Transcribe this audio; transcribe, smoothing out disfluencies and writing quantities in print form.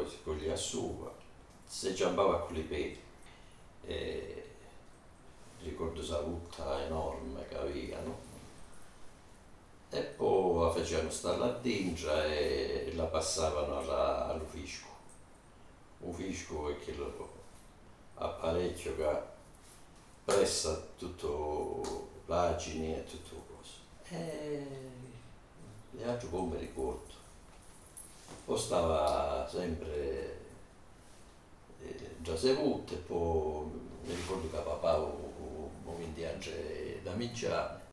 poi si coglieva su, si giambava con i piedi. E ricordo salutta enorme che avevano. E poi la facevano stare là dentro e la passavano allo fisco. Un fisco è quello apparecchio che pressa tutto pagine e tutto cose. E le altre poi mi ricordo. Poi stava sempre già seduto e poi mi ricordo che papà un momento da mangiare